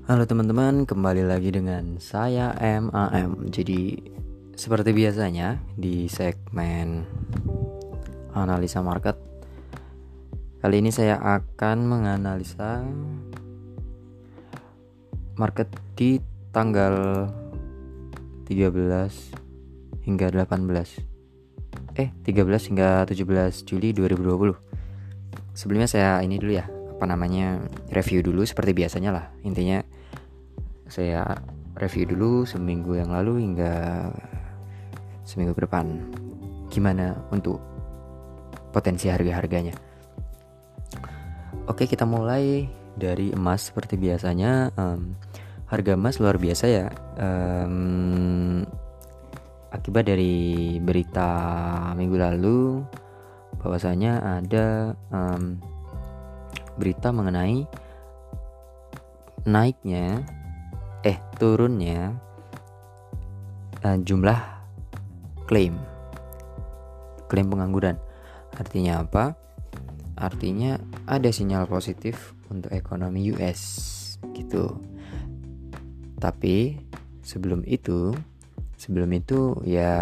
Halo teman-teman, kembali lagi dengan saya MAM. Jadi seperti biasanya di segmen analisa market, kali ini saya akan menganalisa market di tanggal 13 hingga 18 13 hingga 17 Juli 2020. Sebelumnya saya ini dulu ya, review dulu seperti biasanya lah. Intinya saya review dulu seminggu yang lalu hingga seminggu ke depan, gimana untuk potensi harga-harganya. Oke, kita mulai dari emas seperti biasanya. Harga emas luar biasa ya, akibat dari berita minggu lalu bahwasanya ada berita mengenai turunnya jumlah klaim pengangguran. Artinya apa? Artinya ada sinyal positif untuk ekonomi US gitu. Tapi sebelum itu ya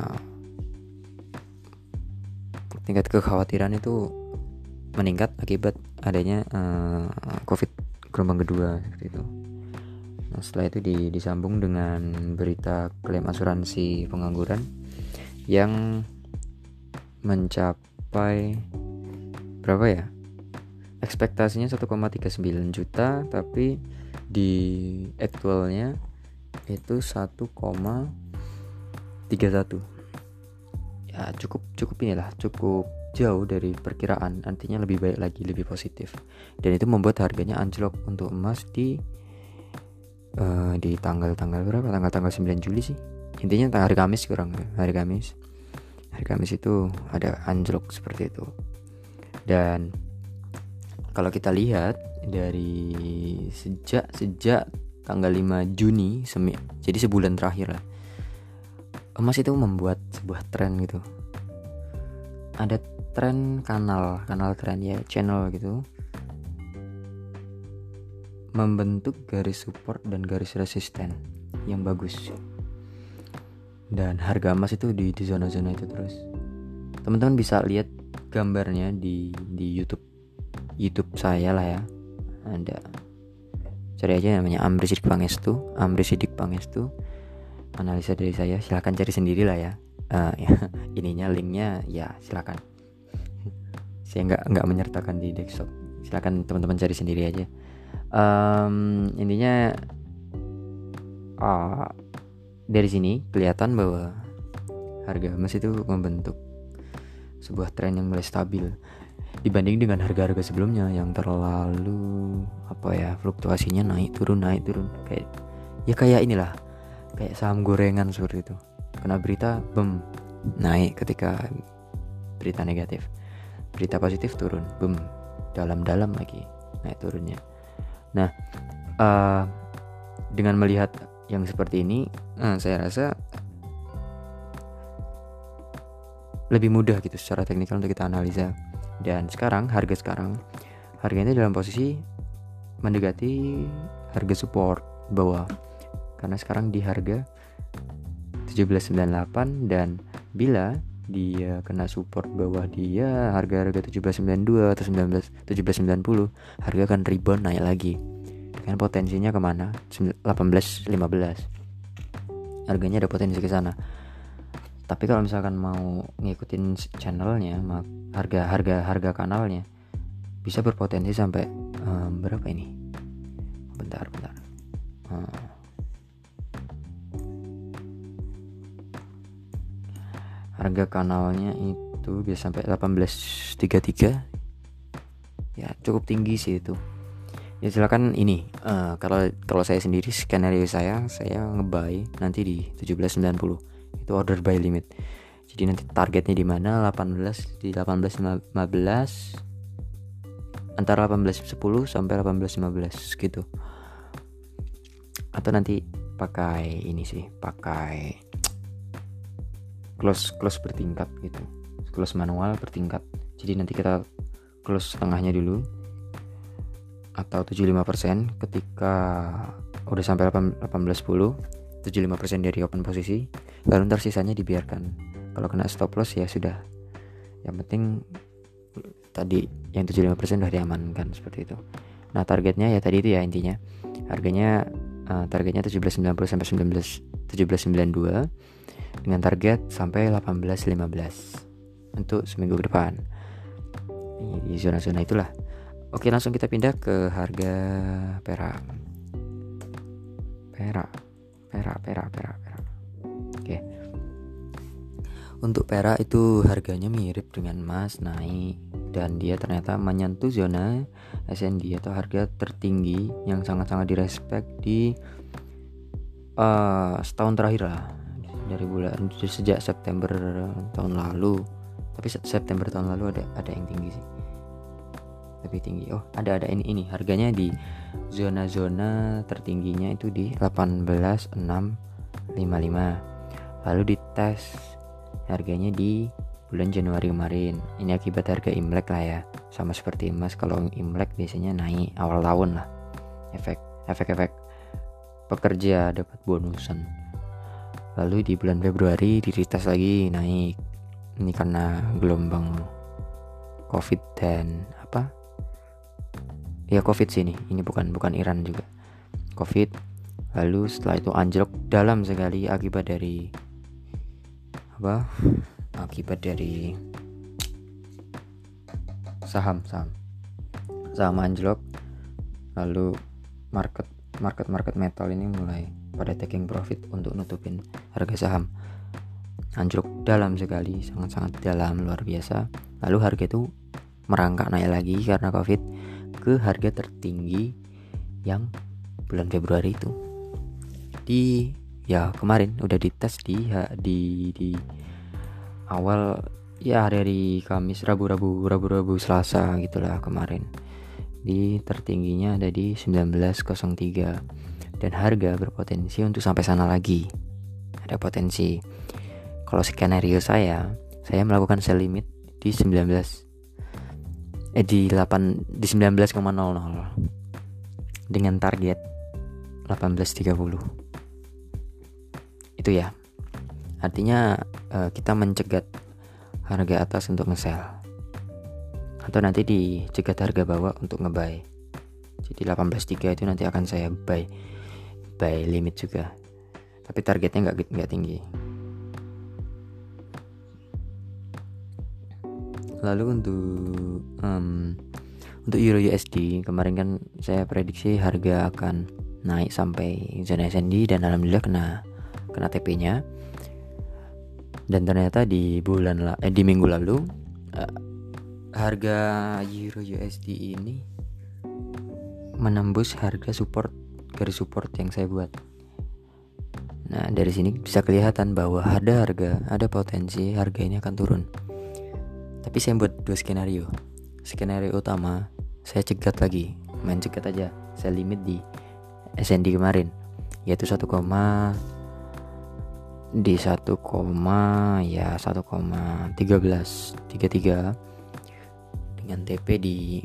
tingkat kekhawatiran itu meningkat akibat adanya COVID gelombang kedua seperti itu. Nah, setelah itu disambung dengan berita klaim asuransi pengangguran yang mencapai berapa ya? Ekspektasinya 1,39 juta, tapi di aktualnya itu 1,31. Ya cukup jauh dari perkiraan, artinya lebih baik lagi, lebih positif. Dan itu membuat harganya anjlok untuk emas di tanggal berapa? Tanggal 9 Juli sih. Intinya hari Kamis itu ada anjlok seperti itu. Dan kalau kita lihat dari sejak tanggal 5 Juni, jadi sebulan terakhir lah, emas itu membuat sebuah tren gitu. Ada tren kanal tren ya, channel gitu, membentuk garis support dan garis resisten yang bagus. Dan harga emas itu di zona-zona itu terus. Teman-teman bisa lihat gambarnya di YouTube saya lah ya. Anda cari aja namanya Amri Sidik Pangestu. Analisa dari saya, silahkan cari sendiri lah ya. Ininya linknya ya silakan. Saya nggak menyertakan di desktop. Silakan teman-teman cari sendiri aja. Intinya dari sini kelihatan bahwa harga emas itu membentuk sebuah tren yang mulai stabil dibanding dengan harga-harga sebelumnya yang terlalu fluktuasinya naik turun kayak inilah, kayak saham gorengan seperti itu. Kena berita naik ketika berita negatif, berita positif turun, dalam lagi naik turunnya. Nah, dengan melihat yang seperti ini, saya rasa lebih mudah gitu secara teknikal untuk kita analisa. Dan harganya dalam posisi mendekati harga support bawah, karena sekarang di harga 1798, dan bila dia kena support bawah dia harga 1792 atau 1790, harga akan rebound naik lagi dengan potensinya kemana? 1815. Harganya ada potensi ke sana. Tapi kalau misalkan mau ngikutin channelnya, harga kanalnya bisa berpotensi sampai berapa ini? Bentar. Harga kanalnya itu bisa sampai 1833. Ya, cukup tinggi sih itu. Ya silakan ini, kalau saya sendiri, skenario saya ngebuy nanti di 1790. Itu order buy limit. Jadi nanti targetnya di mana? 1815, antara 1810 sampai 1815 gitu. Atau nanti pakai close bertingkat gitu, close manual bertingkat. Jadi nanti kita close tengahnya dulu, atau 75% ketika udah sampai 18.10, 75% dari open posisi, lalu ntar sisanya dibiarkan. Kalau kena stop loss ya sudah, yang penting tadi yang 75% udah diamankan, seperti itu. Nah targetnya ya tadi itu ya, intinya harganya targetnya 17.90 sampai 17.92 dengan target sampai 18.15 untuk seminggu ke depan di zona-zona itulah. Oke, langsung kita pindah ke harga perak. Oke. Untuk perak itu harganya mirip dengan emas, naik, dan dia ternyata menyentuh zona SND atau harga tertinggi yang sangat-sangat direspek di setahun terakhir lah, dari sejak September tahun lalu. Tapi September tahun lalu ada yang tinggi sih, lebih tinggi. Ada ini harganya di zona-zona tertingginya itu di 18.655. Lalu dites harganya di bulan Januari kemarin. Ini akibat harga Imlek lah ya, sama seperti emas. Kalau Imlek biasanya naik awal tahun lah, efek pekerja dapat bonusan. Lalu di bulan Februari dites lagi naik. Ini karena gelombang Covid dan Covid sih ini bukan Iran juga, Covid. Lalu setelah itu anjlok dalam sekali akibat dari saham anjlok. Lalu market metal ini mulai pada taking profit untuk nutupin harga saham. Anjlok dalam sekali, sangat-sangat dalam, luar biasa. Lalu harga itu merangkak naik lagi karena Covid ke harga tertinggi yang bulan Februari itu. Kemarin udah dites di awal ya, hari Kamis, Rabu Selasa gitulah kemarin. Di tertingginya ada di 19.03 dan harga berpotensi untuk sampai sana lagi. Ada potensi. Kalau skenario saya melakukan sell limit di 19,00 dengan target 18.30. Itu ya. Artinya kita mencegat harga atas untuk nge-sell, atau nanti dicegat harga bawah untuk nge-buy. Jadi 18.3 itu nanti akan saya buy limit juga, tapi targetnya nggak tinggi. Lalu untuk Euro USD kemarin kan saya prediksi harga akan naik sampai zona SND, dan alhamdulillah kena TP-nya. Dan ternyata di minggu lalu harga Euro USD ini menembus garis support yang saya buat. Nah, dari sini bisa kelihatan bahwa ada potensi harga ini akan turun. Tapi saya buat 2 skenario. Skenario utama, saya cegat lagi, main cegat aja, saya limit di SND kemarin, yaitu 1,1333 dengan TP di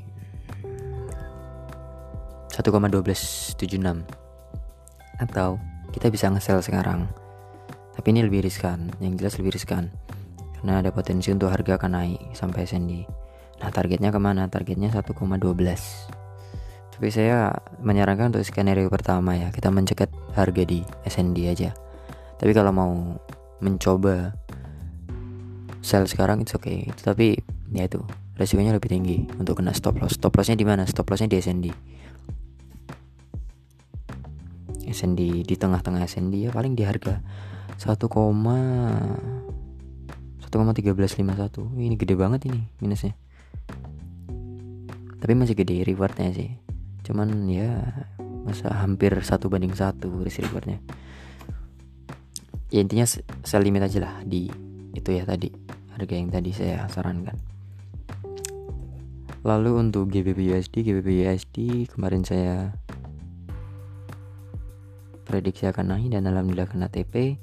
1,1276. Atau kita bisa nge-sell sekarang, tapi ini lebih riskan, karena ada potensi untuk harga akan naik sampai SND. Nah, targetnya kemana? Targetnya 1,12. Tapi saya menyarankan untuk skenario pertama ya, kita mencegat harga di SND aja. Tapi kalau mau mencoba sell sekarang it's okay. Tapi ya itu resikonya lebih tinggi untuk kena stop loss. Stop lossnya di mana? Stop lossnya di SND. Di tengah-tengah SND ya, paling di harga 1,1351. Ini gede banget ini minusnya. Tapi masih gede rewardnya sih. Cuman ya masa hampir 1:1 risk rewardnya. Ya intinya sell limit aja lah di itu ya, tadi harga yang tadi saya sarankan. Lalu untuk GBP USD kemarin saya prediksi akan naik dan alhamdulillah kena TP.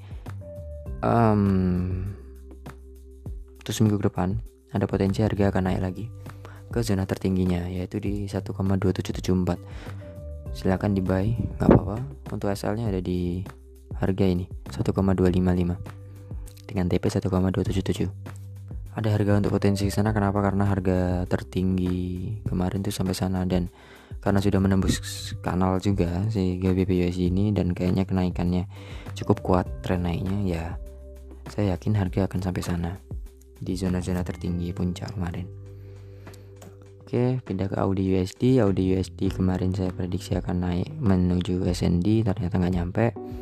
Terus minggu depan ada potensi harga akan naik lagi ke zona tertingginya, yaitu di 1,2774. Silakan di buy, nggak apa-apa. Untuk SL-nya ada di harga ini 1,255 dengan TP 1,277. Ada harga untuk potensi ke sana. Kenapa? Karena harga tertinggi kemarin tuh sampai sana, dan karena sudah menembus kanal juga si GBP/USD ini, dan kayaknya kenaikannya cukup kuat, tren naiknya ya, saya yakin harga akan sampai sana di zona-zona tertinggi puncak kemarin. Oke, pindah ke AUD USD. AUD USD kemarin saya prediksi akan naik menuju SND, ternyata nggak nyampe.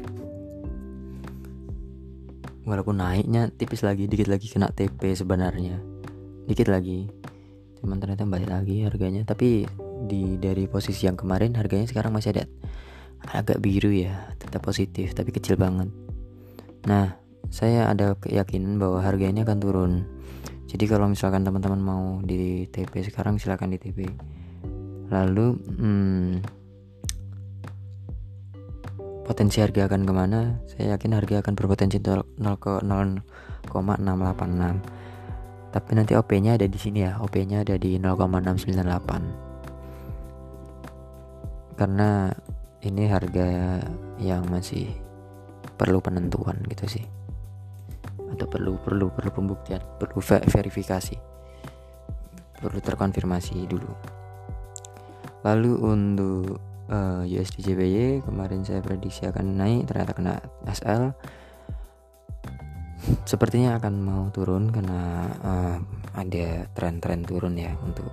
Walaupun naiknya tipis lagi, dikit lagi kena TP sebenarnya, dikit lagi, cuman ternyata balik lagi harganya. Tapi dari posisi yang kemarin harganya sekarang masih ada agak biru ya, tetap positif tapi kecil banget. Nah, saya ada keyakinan bahwa harga ini akan turun. Jadi kalau misalkan teman-teman mau di TP sekarang, silakan di TP. Lalu potensi harga akan kemana? Saya yakin harga akan berpotensi 0,686. Tapi nanti OP-nya ada di sini ya. OP-nya ada di 0,698. Karena ini harga yang masih perlu penentuan gitu sih. Atau perlu pembuktian, perlu verifikasi. Perlu terkonfirmasi dulu. Lalu untuk USD JPY kemarin saya prediksi akan naik, ternyata kena SL. Sepertinya akan mau turun karena ada tren turun ya untuk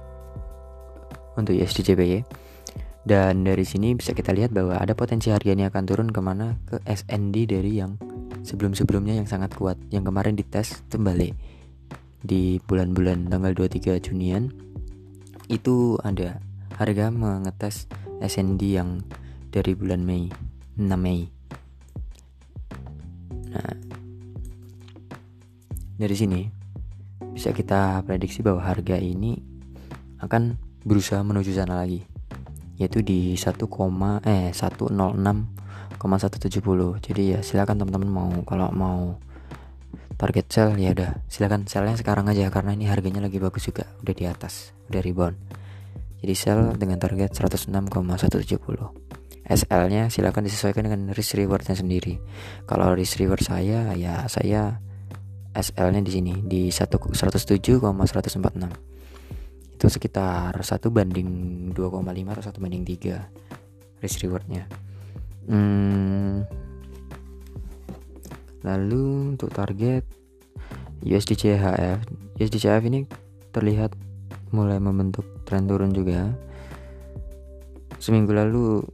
USD JPY. Dan dari sini bisa kita lihat bahwa ada potensi harga ini akan turun kemana? Ke SND dari yang sebelum-sebelumnya yang sangat kuat, yang kemarin dites kembali di bulan-bulan tanggal 23 Junian. Itu ada harga mengetes SND yang dari bulan Mei, 6 Mei. Nah, dari sini bisa kita prediksi bahwa harga ini akan berusaha menuju sana lagi, yaitu di 106,170. Jadi ya silakan teman-teman kalau mau target sell ya udah silakan sellnya sekarang aja, karena ini harganya lagi bagus juga, udah di atas, udah rebound. Jadi sell dengan target 106,170. SL-nya silakan disesuaikan dengan risk reward-nya sendiri. Kalau risk reward saya SL-nya di sini di 107,146. Itu sekitar 1/2,5 atau 1/3 risk reward-nya. Lalu untuk target USD CHF ini terlihat mulai membentuk tren turun juga. Seminggu lalu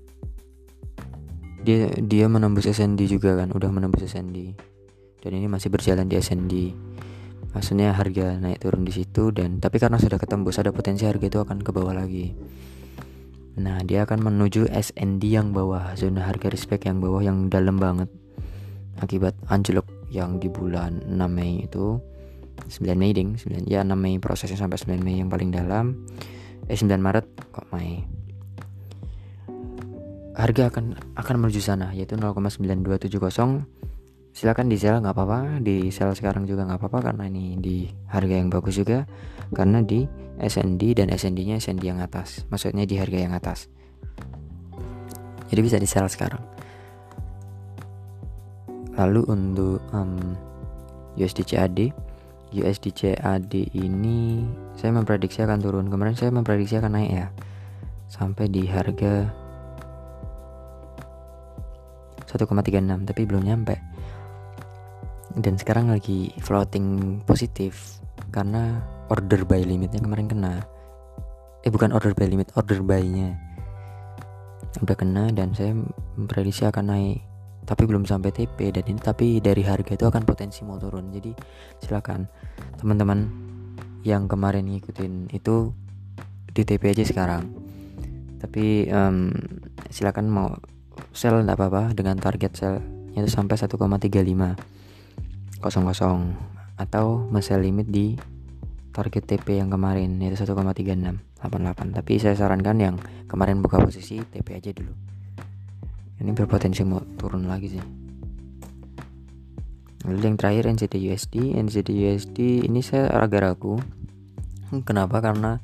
dia menembus SND juga kan, udah menembus SND, dan ini masih berjalan di SND. Maksudnya harga naik turun di situ, dan tapi karena sudah ketembus ada potensi harga itu akan ke bawah lagi. Nah, dia akan menuju SND yang bawah, zona harga respect yang bawah yang dalam banget akibat anjlok yang di bulan 6 Mei itu. 9 Mei 6 Mei prosesnya sampai 9 Mei yang paling dalam. 9 Maret kok Mei. Harga akan menuju sana, yaitu 0,9270. Silakan di sell nggak apa-apa, di sell sekarang juga nggak apa-apa, karena ini di harga yang bagus juga, karena di SND dan SND-nya SND yang atas, maksudnya di harga yang atas. Jadi bisa di sell sekarang. Lalu untuk USD CAD ini saya memprediksi akan turun. Kemarin saya memprediksi akan naik ya, sampai di harga 1,36, tapi belum nyampe. Dan sekarang lagi floating positif karena order buy limitnya kemarin kena. Bukan order buy limit, order buy-nya udah kena, dan saya memprediksi akan naik, tapi belum sampai TP. Dan ini tapi dari harga itu akan potensi mau turun. Jadi silakan teman-teman yang kemarin ngikutin itu di TP aja sekarang. Tapi silakan mau sell enggak apa-apa dengan target sell-nya itu sampai 1,3500 atau sell limit di target TP yang kemarin yaitu 1,3688. Tapi saya sarankan yang kemarin buka posisi TP aja dulu. Ini berpotensi mau turun lagi sih. Lalu yang terakhir NZD USD ini saya agak ragu Kenapa? Karena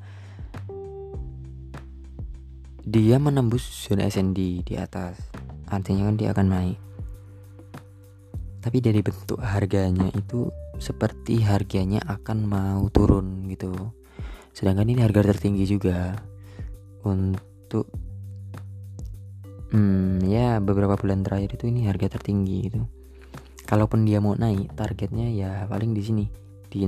dia menembus zona SND di atas, artinya kan dia akan naik. Tapi dari bentuk harganya itu seperti harganya akan mau turun gitu. Sedangkan ini harga tertinggi juga untuk ya beberapa bulan terakhir itu, ini harga tertinggi gitu. Kalaupun dia mau naik, targetnya ya paling di sini di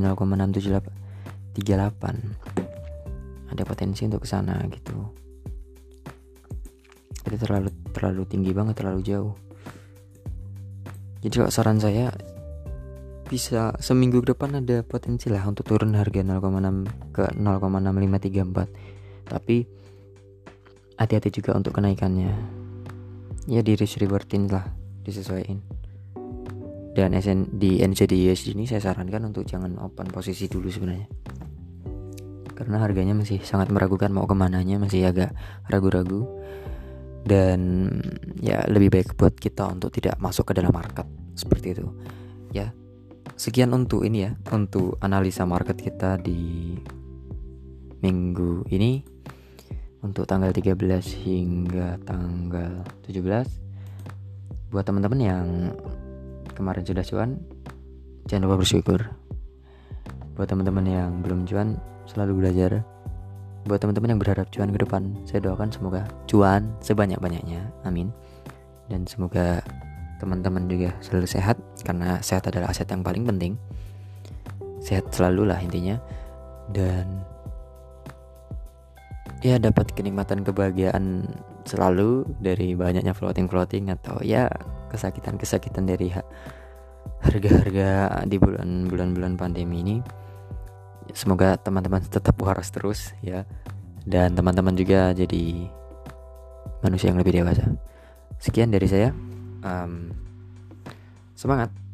0,67838. Ada potensi untuk kesana gitu. Itu terlalu tinggi banget, terlalu jauh. Jadi kalau saran saya, bisa seminggu ke depan ada potensi lah untuk turun harga 0,6 ke 0,6534. Tapi hati-hati juga untuk kenaikannya. Ya di risk rewardin lah, disesuaikan. Dan di NZD USD ini saya sarankan untuk jangan open posisi dulu sebenarnya, karena harganya masih sangat meragukan mau kemananya, masih agak ragu-ragu. Dan ya lebih baik buat kita untuk tidak masuk ke dalam market seperti itu ya. Sekian untuk ini ya, untuk analisa market kita di minggu ini, untuk tanggal 13 hingga tanggal 17. Buat teman-teman yang kemarin sudah cuan, jangan lupa bersyukur. Buat teman-teman yang belum cuan, selalu belajar. Buat teman-teman yang berharap cuan ke depan, saya doakan semoga cuan sebanyak-banyaknya, amin. Dan semoga teman-teman juga selalu sehat, karena sehat adalah aset yang paling penting. Sehat selalu lah intinya. Dan ya dapat kenikmatan, kebahagiaan selalu dari banyaknya floating atau ya kesakitan dari harga-harga di bulan-bulan pandemi ini. Semoga teman-teman tetap waras terus ya, dan teman-teman juga jadi manusia yang lebih dewasa. Sekian dari saya, semangat.